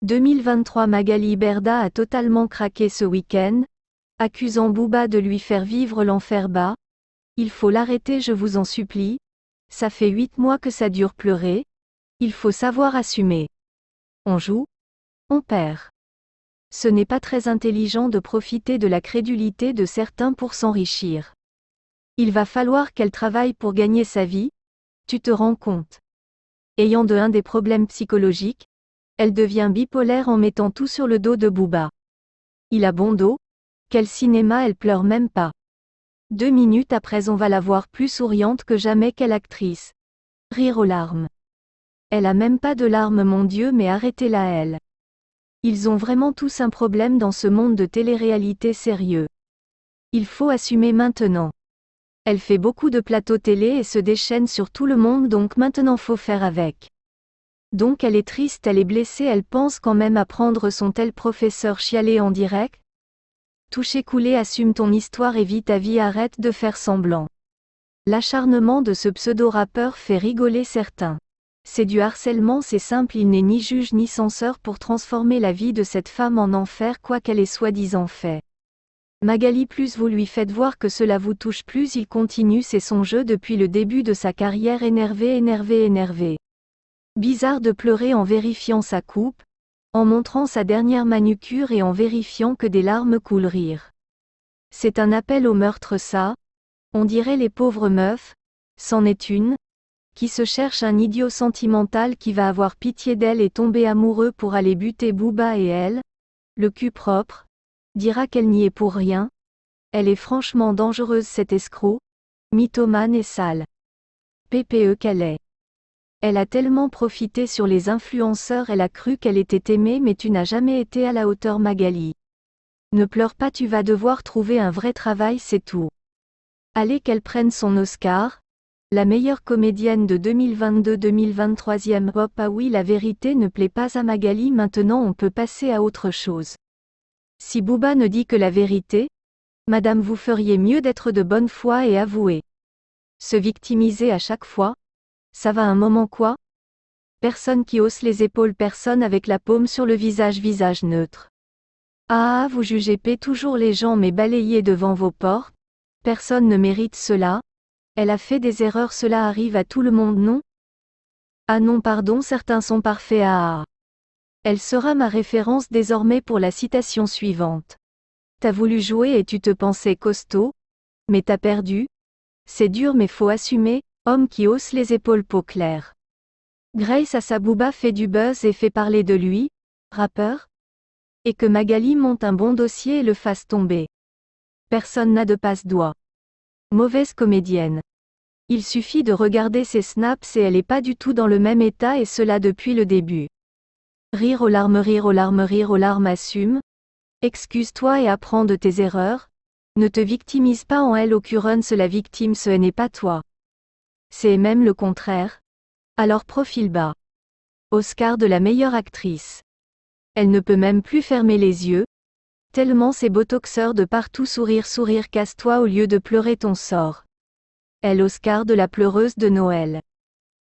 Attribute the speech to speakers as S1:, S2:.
S1: 2023 Magali Berda a totalement craqué ce week-end, accusant Booba de lui faire vivre l'enfer bas. Il faut l'arrêter, je vous en supplie. Ça fait 8 mois que ça dure, pleurer. Il faut savoir assumer. On joue, on perd. Ce n'est pas très intelligent de profiter de la crédulité de certains pour s'enrichir. Il va falloir qu'elle travaille pour gagner sa vie, tu te rends compte. Ayant des problèmes psychologiques, elle devient bipolaire en mettant tout sur le dos de Booba. Il a bon dos. Quel cinéma, elle pleure même pas. 2 minutes après on va la voir plus souriante que jamais, quelle actrice. Rire aux larmes. Elle a même pas de larmes, mon Dieu, mais arrêtez-la elle. Ils ont vraiment tous un problème dans ce monde de télé-réalité sérieux. Il faut assumer maintenant. Elle fait beaucoup de plateaux télé et se déchaîne sur tout le monde, donc maintenant faut faire avec. Donc elle est triste, elle est blessée, elle pense quand même à prendre son tel professeur chialer en direct. Toucher couler, assume ton histoire et vis ta vie, arrête de faire semblant. L'acharnement de ce pseudo-rappeur fait rigoler certains. C'est du harcèlement, c'est simple, il n'est ni juge ni censeur pour transformer la vie de cette femme en enfer, quoi qu'elle ait soi-disant fait. Magali, plus vous lui faites voir que cela vous touche, plus il continue, c'est son jeu depuis le début de sa carrière, énervé. Bizarre de pleurer en vérifiant sa coupe, en montrant sa dernière manucure et en vérifiant que des larmes coulent, rire. C'est un appel au meurtre ça, on dirait les pauvres meufs, c'en est une, qui se cherche un idiot sentimental qui va avoir pitié d'elle et tomber amoureux pour aller buter Booba, et elle, le cul propre, dira qu'elle n'y est pour rien. Elle est franchement dangereuse, cette escroc, mythomane et sale. PPE qu'elle est. Elle a tellement profité sur les influenceurs, elle a cru qu'elle était aimée, mais tu n'as jamais été à la hauteur, Magali. Ne pleure pas, tu vas devoir trouver un vrai travail, c'est tout. Allez, qu'elle prenne son Oscar, la meilleure comédienne de 2022-2023e Hop. Ah oui, la vérité ne plaît pas à Magali, maintenant on peut passer à autre chose. Si Booba ne dit que la vérité, madame, vous feriez mieux d'être de bonne foi et avouer. Se victimiser à chaque fois, ça va un moment quoi? Personne qui hausse les épaules, personne avec la paume sur le visage, visage neutre. Ah, vous jugez toujours les gens, mais balayez devant vos portes. Personne ne mérite cela. Elle a fait des erreurs, cela arrive à tout le monde, non? Ah non, pardon, certains sont parfaits. Ah. Elle sera ma référence désormais pour la citation suivante. T'as voulu jouer et tu te pensais costaud, mais t'as perdu. C'est dur mais faut assumer, homme qui hausse les épaules, peau claire. Grace à Booba fait du buzz et fait parler de lui, rappeur. Et que Magali monte un bon dossier et le fasse tomber. Personne n'a de passe-doigt. Mauvaise comédienne. Il suffit de regarder ses snaps et elle est pas du tout dans le même état, et cela depuis le début. Rire aux larmes, assume. Excuse-toi et apprends de tes erreurs. Ne te victimise pas, en elle occurrence la victime ce n'est pas toi. C'est même le contraire. Alors profil bas. Oscar de la meilleure actrice. Elle ne peut même plus fermer les yeux, tellement ces botoxeurs de partout, sourire, casse-toi au lieu de pleurer ton sort. Elle, Oscar de la pleureuse de Noël.